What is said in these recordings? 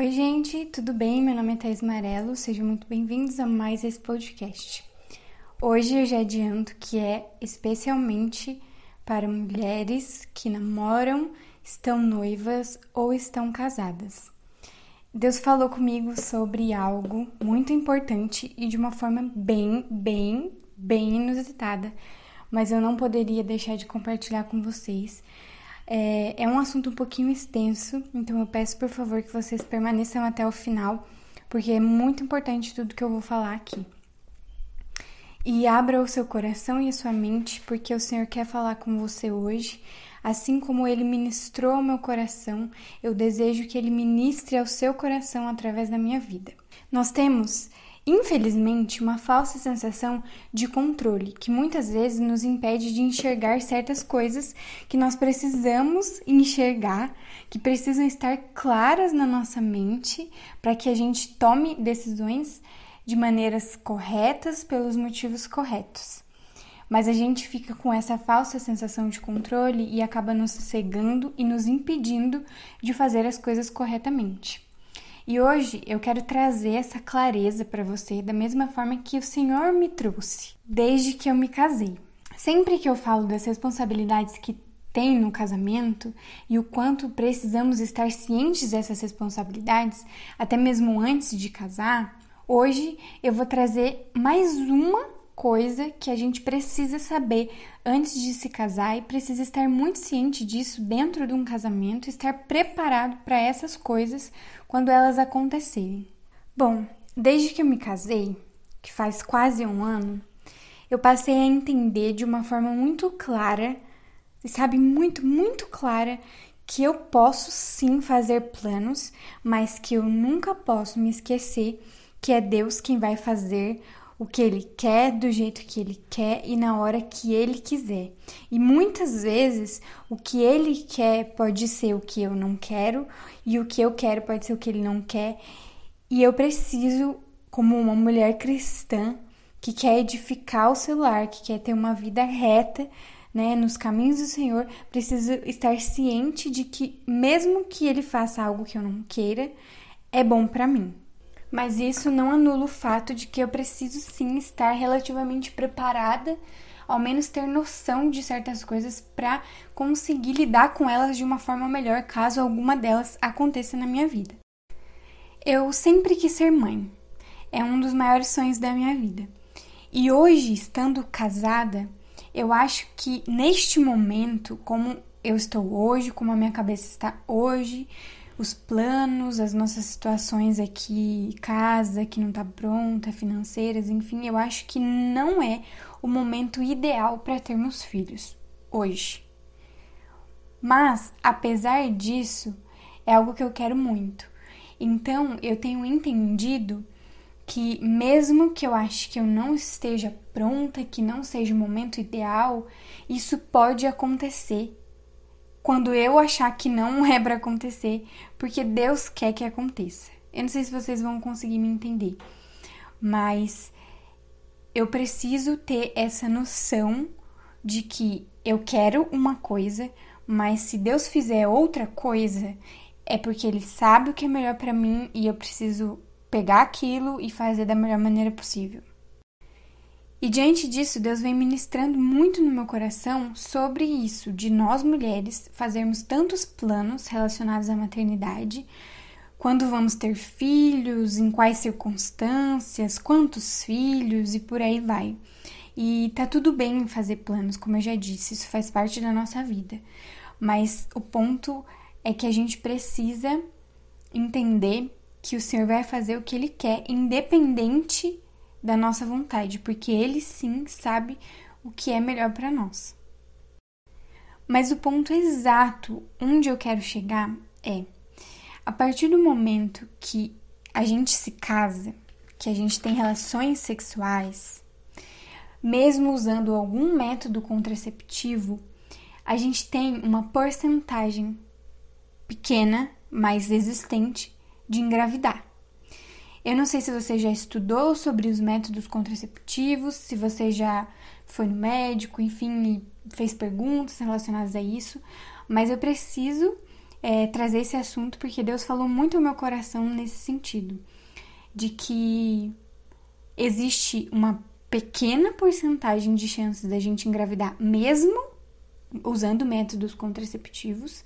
Oi, gente, tudo bem? Meu nome é Thaís Marello, sejam muito bem-vindos a mais esse podcast. Hoje eu já adianto que é especialmente para mulheres que namoram, estão noivas ou estão casadas. Deus falou comigo sobre algo muito importante e de uma forma bem inusitada, mas eu não poderia deixar de compartilhar com vocês. É um assunto um pouquinho extenso, então eu peço por favor que vocês permaneçam até o final, porque é muito importante tudo que eu vou falar aqui. E abra o seu coração e a sua mente, porque o Senhor quer falar com você hoje. Assim como Ele ministrou ao meu coração, eu desejo que Ele ministre ao seu coração através da minha vida. Nós temos, infelizmente, uma falsa sensação de controle, que muitas vezes nos impede de enxergar certas coisas que nós precisamos enxergar, que precisam estar claras na nossa mente, para que a gente tome decisões de maneiras corretas, pelos motivos corretos. Mas a gente fica com essa falsa sensação de controle e acaba nos cegando e nos impedindo de fazer as coisas corretamente. E hoje eu quero trazer essa clareza para você da mesma forma que o Senhor me trouxe desde que eu me casei. Sempre que eu falo das responsabilidades que tem no casamento e o quanto precisamos estar cientes dessas responsabilidades, até mesmo antes de casar, hoje eu vou trazer mais uma coisa que a gente precisa saber antes de se casar e precisa estar muito ciente disso dentro de um casamento, estar preparado para essas coisas quando elas acontecerem. Bom, desde que eu me casei, que faz quase um ano, eu passei a entender de uma forma muito clara, muito clara, que eu posso sim fazer planos, mas que eu nunca posso me esquecer que é Deus quem vai fazer o que Ele quer, do jeito que Ele quer e na hora que Ele quiser. E muitas vezes o que Ele quer pode ser o que eu não quero e o que eu quero pode ser o que Ele não quer. E eu preciso, como uma mulher cristã que quer edificar o seu lar, que quer ter uma vida reta, nos caminhos do Senhor, preciso estar ciente de que mesmo que Ele faça algo que eu não queira, é bom para mim. Mas isso não anula o fato de que eu preciso sim estar relativamente preparada, ao menos ter noção de certas coisas para conseguir lidar com elas de uma forma melhor caso alguma delas aconteça na minha vida. Eu sempre quis ser mãe, é um dos maiores sonhos da minha vida. E hoje, estando casada, eu acho que neste momento, como eu estou hoje, como a minha cabeça está hoje, os planos, as nossas situações aqui, casa que não tá pronta, financeiras, enfim, eu acho que não é o momento ideal para termos filhos, hoje. Mas, apesar disso, é algo que eu quero muito. Então, eu tenho entendido que mesmo que eu ache que eu não esteja pronta, que não seja o momento ideal, isso pode acontecer quando eu achar que não é para acontecer, porque Deus quer que aconteça. Eu não sei se vocês vão conseguir me entender, mas eu preciso ter essa noção de que eu quero uma coisa, mas se Deus fizer outra coisa, é porque Ele sabe o que é melhor para mim e eu preciso pegar aquilo e fazer da melhor maneira possível. E diante disso, Deus vem ministrando muito no meu coração sobre isso, de nós mulheres fazermos tantos planos relacionados à maternidade, quando vamos ter filhos, em quais circunstâncias, quantos filhos e por aí vai. E tá tudo bem fazer planos, como eu já disse, isso faz parte da nossa vida. Mas o ponto é que a gente precisa entender que o Senhor vai fazer o que Ele quer, independente da nossa vontade, porque Ele sim sabe o que é melhor para nós. Mas o ponto exato onde eu quero chegar é, a partir do momento que a gente se casa, que a gente tem relações sexuais, mesmo usando algum método contraceptivo, a gente tem uma porcentagem pequena, mas existente, de engravidar. Eu não sei se você já estudou sobre os métodos contraceptivos, se você já foi no médico, enfim, e fez perguntas relacionadas a isso, mas eu preciso trazer esse assunto, porque Deus falou muito ao meu coração nesse sentido, de que existe uma pequena porcentagem de chances da gente engravidar mesmo usando métodos contraceptivos.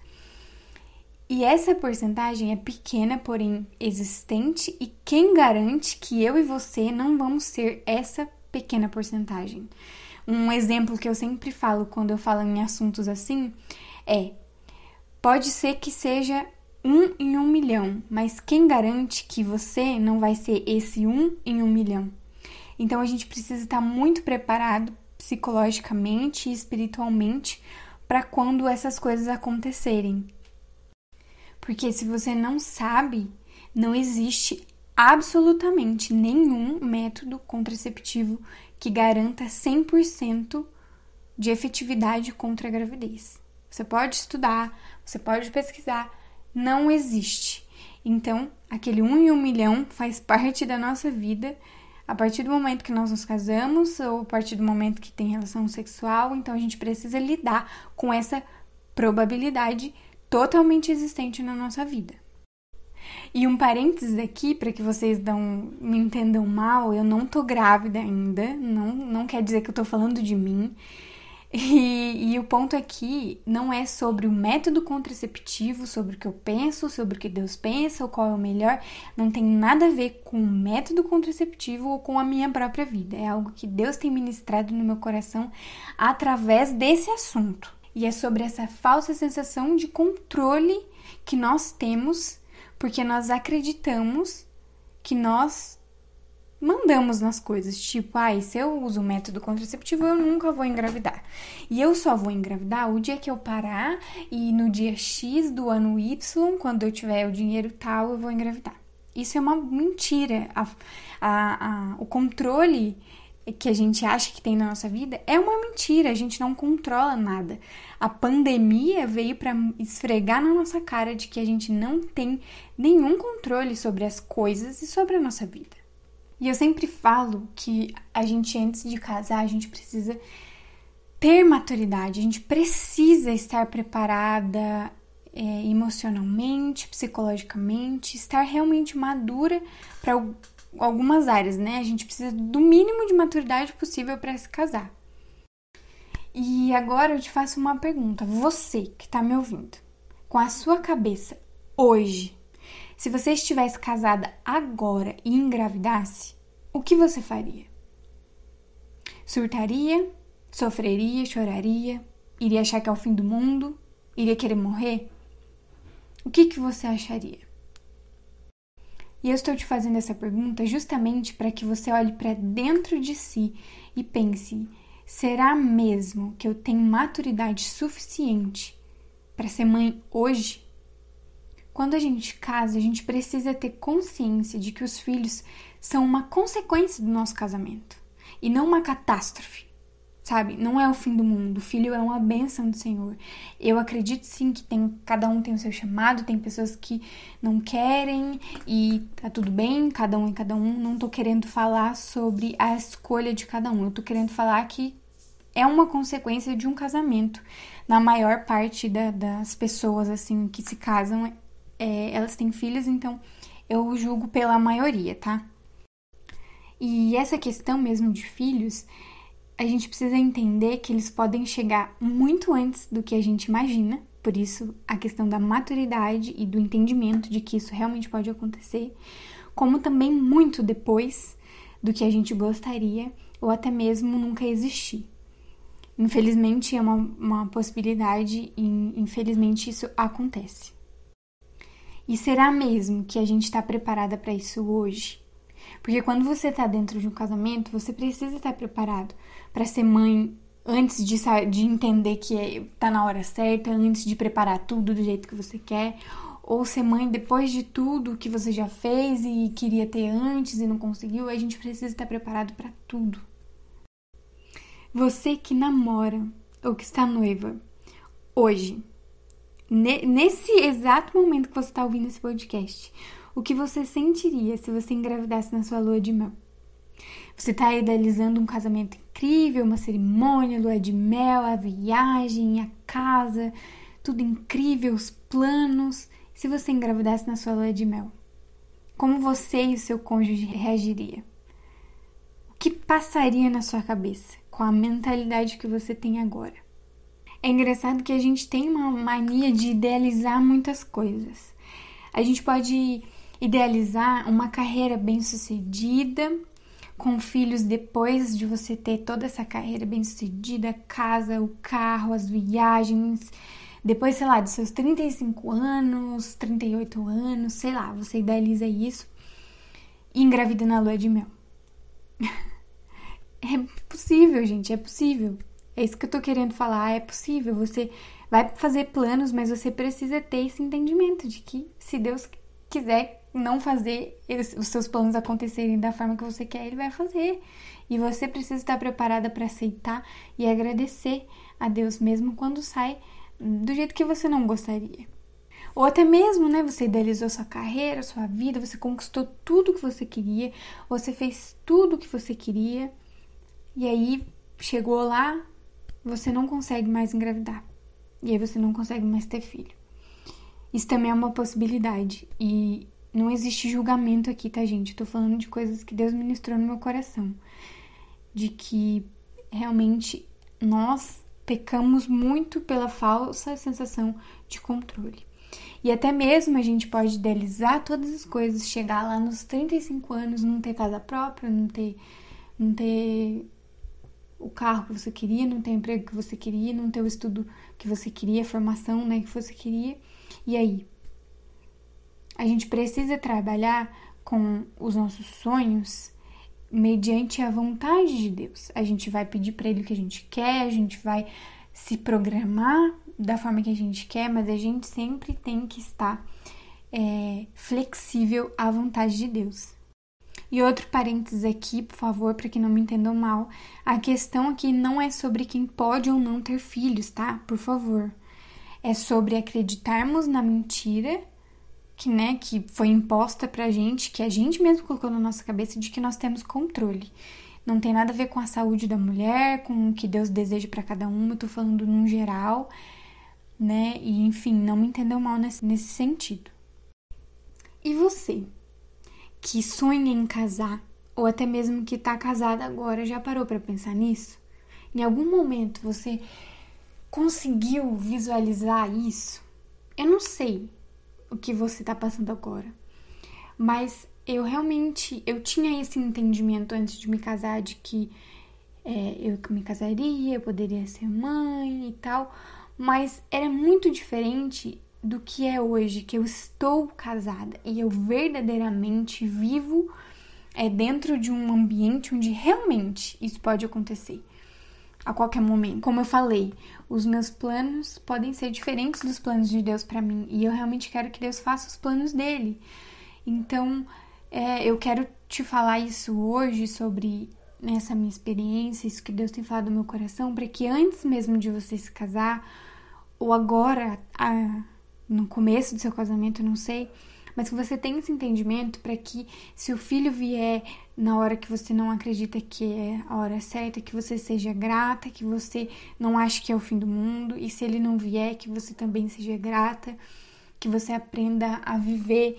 E essa porcentagem é pequena, porém existente, e quem garante que eu e você não vamos ser essa pequena porcentagem? Um exemplo que eu sempre falo quando eu falo em assuntos assim pode ser que seja 1 em 1 milhão, mas quem garante que você não vai ser esse 1 em 1 milhão? Então a gente precisa estar muito preparado psicologicamente e espiritualmente para quando essas coisas acontecerem. Porque se você não sabe, não existe absolutamente nenhum método contraceptivo que garanta 100% de efetividade contra a gravidez. Você pode estudar, você pode pesquisar, não existe. Então, aquele 1 em 1 milhão faz parte da nossa vida a partir do momento que nós nos casamos ou a partir do momento que tem relação sexual. Então, a gente precisa lidar com essa probabilidade totalmente existente na nossa vida. E um parênteses aqui, para que vocês não me entendam mal, eu não tô grávida ainda, não quer dizer que eu tô falando de mim. E o ponto aqui não é sobre o método contraceptivo, sobre o que eu penso, sobre o que Deus pensa, ou qual é o melhor. Não tem nada a ver com o método contraceptivo ou com a minha própria vida. É algo que Deus tem ministrado no meu coração através desse assunto. E é sobre essa falsa sensação de controle que nós temos, porque nós acreditamos que nós mandamos nas coisas. Tipo, se eu uso o método contraceptivo, eu nunca vou engravidar. E eu só vou engravidar o dia que eu parar e no dia X do ano Y, quando eu tiver o dinheiro tal, eu vou engravidar. Isso é uma mentira. O controle que a gente acha que tem na nossa vida é uma mentira, a gente não controla nada. A pandemia veio para esfregar na nossa cara de que a gente não tem nenhum controle sobre as coisas e sobre a nossa vida. E eu sempre falo que a gente, antes de casar, a gente precisa ter maturidade, a gente precisa estar preparada emocionalmente, psicologicamente, estar realmente madura para algumas áreas, né? A gente precisa do mínimo de maturidade possível para se casar. E agora eu te faço uma pergunta. Você que está me ouvindo, com a sua cabeça hoje, se você estivesse casada agora e engravidasse, o que você faria? Surtaria? Sofreria? Choraria? Iria achar que é o fim do mundo? Iria querer morrer? O que você acharia? E eu estou te fazendo essa pergunta justamente para que você olhe para dentro de si e pense: será mesmo que eu tenho maturidade suficiente para ser mãe hoje? Quando a gente casa, a gente precisa ter consciência de que os filhos são uma consequência do nosso casamento e não uma catástrofe, sabe? Não é o fim do mundo, o filho é uma bênção do Senhor. Eu acredito sim que cada um tem o seu chamado, tem pessoas que não querem e tá tudo bem, cada um é cada um. Não tô querendo falar sobre a escolha de cada um, eu tô querendo falar que é uma consequência de um casamento. Na maior parte das pessoas assim que se casam, elas têm filhos, então eu julgo pela maioria, tá? E essa questão mesmo de filhos, a gente precisa entender que eles podem chegar muito antes do que a gente imagina, por isso a questão da maturidade e do entendimento de que isso realmente pode acontecer, como também muito depois do que a gente gostaria, ou até mesmo nunca existir. Infelizmente é uma possibilidade e infelizmente isso acontece. E será mesmo que a gente está preparada para isso hoje? Porque quando você está dentro de um casamento, você precisa estar preparado para ser mãe antes de entender que está na hora certa, antes de preparar tudo do jeito que você quer, ou ser mãe depois de tudo que você já fez e queria ter antes e não conseguiu. A gente precisa estar preparado para tudo. Você que namora ou que está noiva hoje, nesse exato momento que você está ouvindo esse podcast, o que você sentiria se você engravidasse na sua lua de mel? Você está idealizando um casamento incrível, uma cerimônia, lua de mel, a viagem, a casa, tudo incrível, os planos. Se você engravidasse na sua lua de mel, como você e o seu cônjuge reagiria? O que passaria na sua cabeça com a mentalidade que você tem agora? É engraçado que a gente tem uma mania de idealizar muitas coisas. A gente pode idealizar uma carreira bem-sucedida, com filhos depois de você ter toda essa carreira bem-sucedida, casa, o carro, as viagens. Depois, sei lá, dos seus 35 anos, 38 anos, sei lá, você idealiza isso e engravida na lua de mel. É possível, gente, é possível. É isso que eu tô querendo falar, é possível. Você vai fazer planos, mas você precisa ter esse entendimento de que se Deus quiser não fazer os seus planos acontecerem da forma que você quer, Ele vai fazer. E você precisa estar preparada para aceitar e agradecer a Deus mesmo quando sai do jeito que você não gostaria. Ou até mesmo, né, você idealizou sua carreira, sua vida, você conquistou tudo que você queria, você fez tudo que você queria, e aí chegou lá, você não consegue mais engravidar. E aí você não consegue mais ter filho. Isso também é uma possibilidade. E não existe julgamento aqui, tá, gente? Eu tô falando de coisas que Deus ministrou no meu coração. De que realmente nós pecamos muito pela falsa sensação de controle. E até mesmo a gente pode idealizar todas as coisas, chegar lá nos 35 anos, não ter casa própria, não ter o carro que você queria, não ter o emprego que você queria, não ter o estudo que você queria, a formação, né, que você queria. E aí? A gente precisa trabalhar com os nossos sonhos mediante a vontade de Deus. A gente vai pedir para Ele o que a gente quer, a gente vai se programar da forma que a gente quer, mas a gente sempre tem que estar flexível à vontade de Deus. E outro parênteses aqui, por favor, para que não me entendam mal, a questão aqui não é sobre quem pode ou não ter filhos, tá? Por favor. É sobre acreditarmos na mentira que foi imposta pra gente, que a gente mesmo colocou na nossa cabeça, de que nós temos controle. Não tem nada a ver com a saúde da mulher, com o que Deus deseja pra cada uma, eu tô falando num geral, né? E, enfim, não me entendam mal nesse sentido. E você, que sonha em casar, ou até mesmo que tá casada agora, já parou pra pensar nisso? Em algum momento você conseguiu visualizar isso? Eu não sei o que você tá passando agora, mas eu tinha esse entendimento antes de me casar, de que eu me casaria, eu poderia ser mãe e tal, mas era muito diferente do que é hoje, que eu estou casada e eu verdadeiramente vivo dentro de um ambiente onde realmente isso pode acontecer a qualquer momento. Como eu falei, os meus planos podem ser diferentes dos planos de Deus pra mim, e eu realmente quero que Deus faça os planos dele. Então, eu quero te falar isso hoje sobre essa minha experiência, isso que Deus tem falado no meu coração, para que antes mesmo de você se casar, ou agora, no começo do seu casamento, eu não sei, mas que você tenha esse entendimento para que, se o filho vier na hora que você não acredita que é a hora certa, que você seja grata, que você não ache que é o fim do mundo, e se ele não vier, que você também seja grata, que você aprenda a viver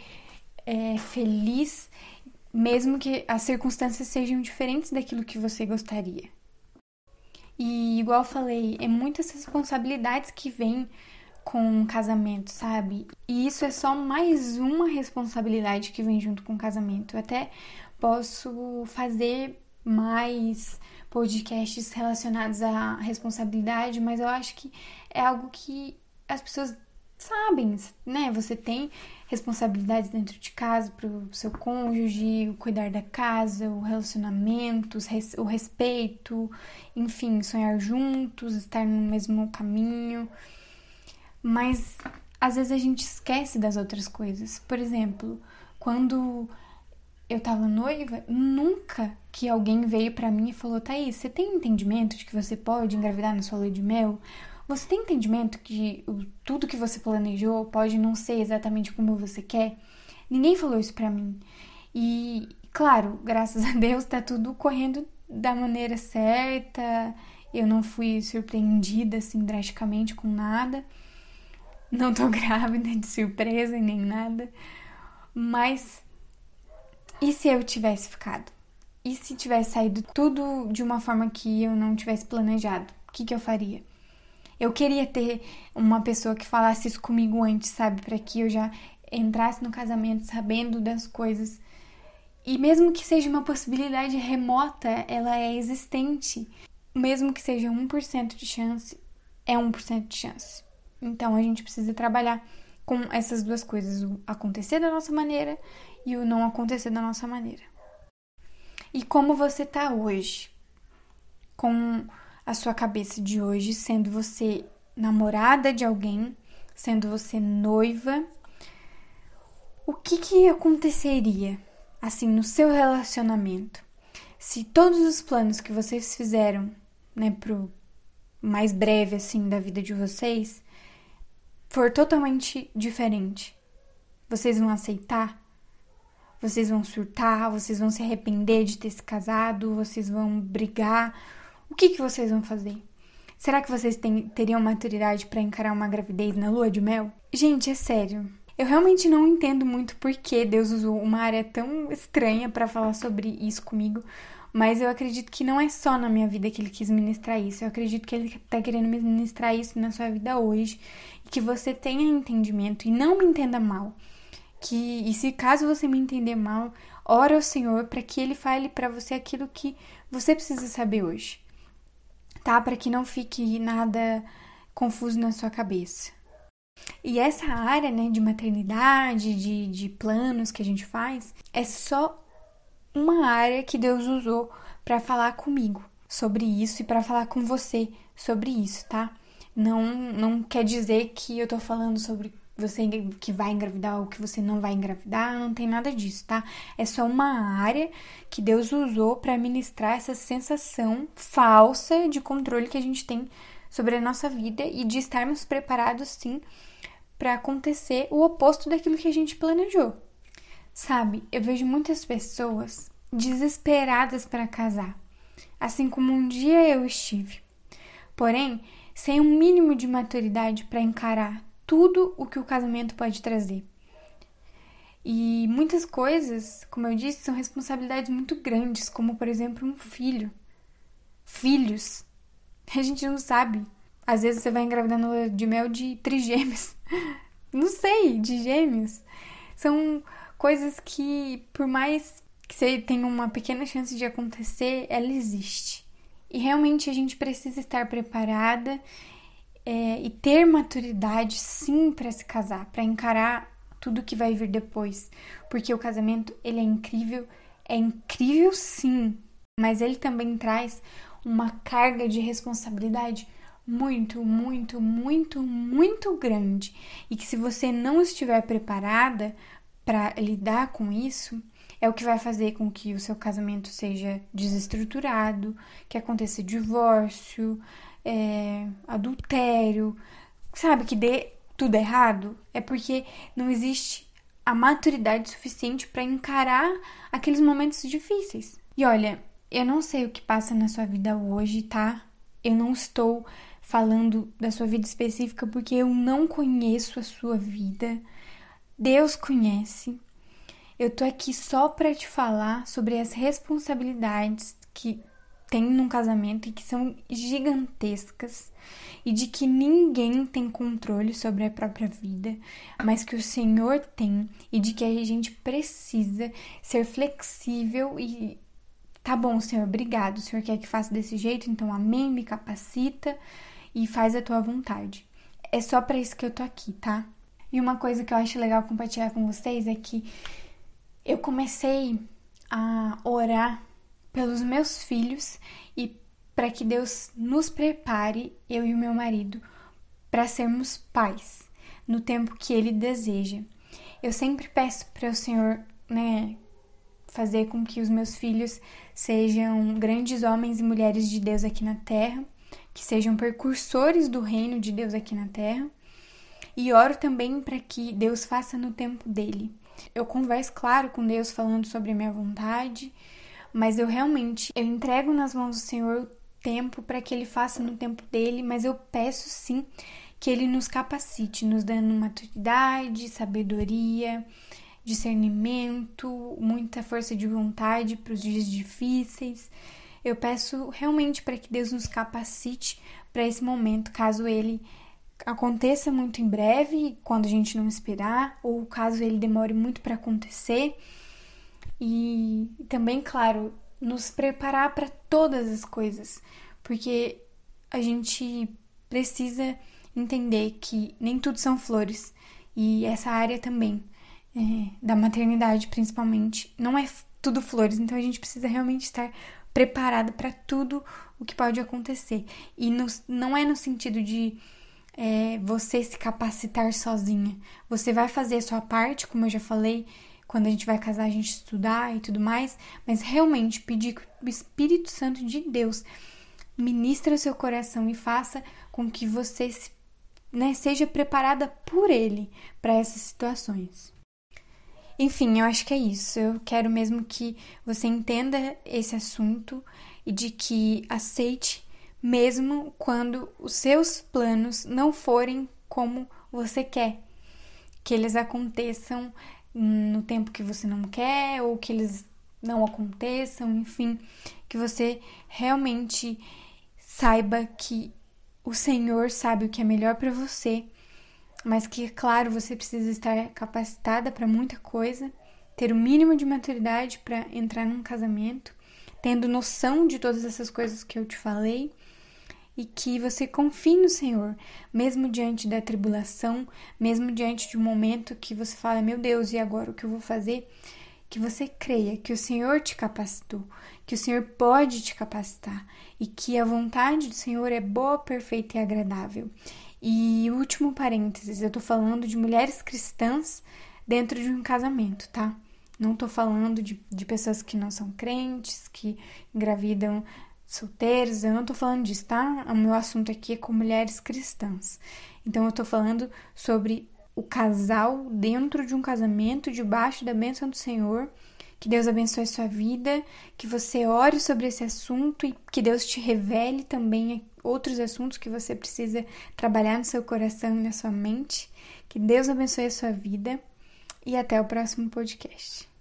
feliz, mesmo que as circunstâncias sejam diferentes daquilo que você gostaria. E, igual eu falei, é muitas responsabilidades que vêm com o casamento, sabe? E isso é só mais uma responsabilidade que vem junto com o casamento. Eu até posso fazer mais podcasts relacionados à responsabilidade, mas eu acho que é algo que as pessoas sabem, né? Você tem responsabilidades dentro de casa pro seu cônjuge, o cuidar da casa, o relacionamento, o respeito, enfim, sonhar juntos, estar no mesmo caminho. Mas às vezes a gente esquece das outras coisas. Por exemplo, quando eu tava noiva, nunca que alguém veio pra mim e falou: Thaís, você tem entendimento de que você pode engravidar na sua lua de mel? Você tem entendimento que tudo que você planejou pode não ser exatamente como você quer? Ninguém falou isso pra mim. E, claro, graças a Deus tá tudo correndo da maneira certa. Eu não fui surpreendida, assim, drasticamente com nada. não tô grávida de surpresa nem nada. Mas e se eu tivesse ficado? E se tivesse saído tudo de uma forma que eu não tivesse planejado? O que eu faria? Eu queria ter uma pessoa que falasse isso comigo antes, sabe? Para que eu já entrasse no casamento sabendo das coisas. E mesmo que seja uma possibilidade remota, ela é existente. Mesmo que seja 1% de chance, é 1% de chance. Então a gente precisa trabalhar com essas duas coisas, o acontecer da nossa maneira e o não acontecer da nossa maneira. E como você tá hoje? Com a sua cabeça de hoje, sendo você namorada de alguém, sendo você noiva, o que aconteceria, assim, no seu relacionamento? Se todos os planos que vocês fizeram, né, pro mais breve, assim, da vida de vocês, for totalmente diferente, vocês vão aceitar? Vocês vão surtar? Vocês vão se arrepender de ter se casado? Vocês vão brigar? O que vocês vão fazer? Será que vocês teriam maturidade para encarar uma gravidez na lua de mel? Gente, é sério. Eu realmente não entendo muito por que Deus usou uma área tão estranha para falar sobre isso comigo, mas eu acredito que não é só na minha vida que Ele quis ministrar isso. Eu acredito que Ele tá querendo ministrar isso na sua vida hoje, e que você tenha entendimento e não me entenda mal. E se caso você me entender mal, ora ao Senhor para que Ele fale para você aquilo que você precisa saber hoje, tá? Para que não fique nada confuso na sua cabeça. E essa área, né, de maternidade, de planos que a gente faz, é só uma área que Deus usou para falar comigo sobre isso e para falar com você sobre isso, tá? Não quer dizer que eu tô falando sobre você que vai engravidar ou que você não vai engravidar, não tem nada disso, tá? É só uma área que Deus usou para ministrar essa sensação falsa de controle que a gente tem sobre a nossa vida e de estarmos preparados, sim, para acontecer o oposto daquilo que a gente planejou. Sabe, eu vejo muitas pessoas desesperadas para casar, assim como um dia eu estive. Porém, sem um mínimo de maturidade para encarar tudo o que o casamento pode trazer. E muitas coisas, como eu disse, são responsabilidades muito grandes, como, por exemplo, um filho. Filhos. A gente não sabe. Às vezes você vai engravidar no lua de mel de trigêmeos. Não sei, de gêmeos. São coisas que, por mais que você tenha uma pequena chance de acontecer, ela existe. E realmente a gente precisa estar preparada e ter maturidade, sim, para se casar, para encarar tudo que vai vir depois. Porque o casamento, ele é incrível sim, mas ele também traz uma carga de responsabilidade muito, muito, muito, muito grande. E que se você não estiver preparada para lidar com isso, é o que vai fazer com que o seu casamento seja desestruturado, que aconteça divórcio, adultério, sabe, que dê tudo errado. É porque não existe a maturidade suficiente para encarar aqueles momentos difíceis. E olha, eu não sei o que passa na sua vida hoje, tá? Eu não estou falando da sua vida específica porque eu não conheço a sua vida. Deus conhece. Eu tô aqui só para te falar sobre as responsabilidades que tem num casamento e que são gigantescas e de que ninguém tem controle sobre a própria vida, mas que o Senhor tem, e de que a gente precisa ser flexível e tá bom, Senhor, obrigado, o Senhor quer que faça desse jeito, então amém, me capacita e faz a tua vontade. É só para isso que eu tô aqui, tá? E uma coisa que eu acho legal compartilhar com vocês é que eu comecei a orar pelos meus filhos e para que Deus nos prepare, eu e o meu marido, para sermos pais no tempo que Ele deseja. Eu sempre peço para o Senhor, né, fazer com que os meus filhos sejam grandes homens e mulheres de Deus aqui na terra, que sejam precursores do reino de Deus aqui na terra. E oro também para que Deus faça no tempo dele. Eu converso, claro, com Deus falando sobre a minha vontade, mas eu entrego nas mãos do Senhor o tempo para que Ele faça no tempo dele, mas eu peço sim que Ele nos capacite, nos dando maturidade, sabedoria, discernimento, muita força de vontade para os dias difíceis. Eu peço realmente para que Deus nos capacite para esse momento, caso ele aconteça muito em breve, quando a gente não esperar, ou caso ele demore muito para acontecer. E também, claro, nos preparar para todas as coisas, porque a gente precisa entender que nem tudo são flores, e essa área também, da maternidade principalmente, não é tudo flores, então a gente precisa realmente estar preparada para tudo o que pode acontecer. E não é no sentido de você se capacitar sozinha. Você vai fazer a sua parte, como eu já falei, quando a gente vai casar, a gente estudar e tudo mais, mas realmente pedir que o Espírito Santo de Deus ministre o seu coração e faça com que você seja preparada por Ele para essas situações. Enfim, eu acho que é isso. Eu quero mesmo que você entenda esse assunto e de que aceite mesmo quando os seus planos não forem como você quer. Que eles aconteçam no tempo que você não quer ou que eles não aconteçam, enfim. Que você realmente saiba que o Senhor sabe o que é melhor para você, mas que, claro, você precisa estar capacitada para muita coisa, ter o mínimo de maturidade para entrar num casamento, tendo noção de todas essas coisas que eu te falei, e que você confie no Senhor, mesmo diante da tribulação, mesmo diante de um momento que você fala, meu Deus, e agora o que eu vou fazer? Que você creia que o Senhor te capacitou, que o Senhor pode te capacitar e que a vontade do Senhor é boa, perfeita e agradável. E último parênteses, eu tô falando de mulheres cristãs dentro de um casamento, tá? Não tô falando de pessoas que não são crentes, que engravidam solteiros, eu não tô falando disso, tá? O meu assunto aqui é com mulheres cristãs. Então eu tô falando sobre o casal dentro de um casamento, debaixo da bênção do Senhor. Que Deus abençoe a sua vida, que você ore sobre esse assunto e que Deus te revele também outros assuntos que você precisa trabalhar no seu coração e na sua mente. Que Deus abençoe a sua vida e até o próximo podcast.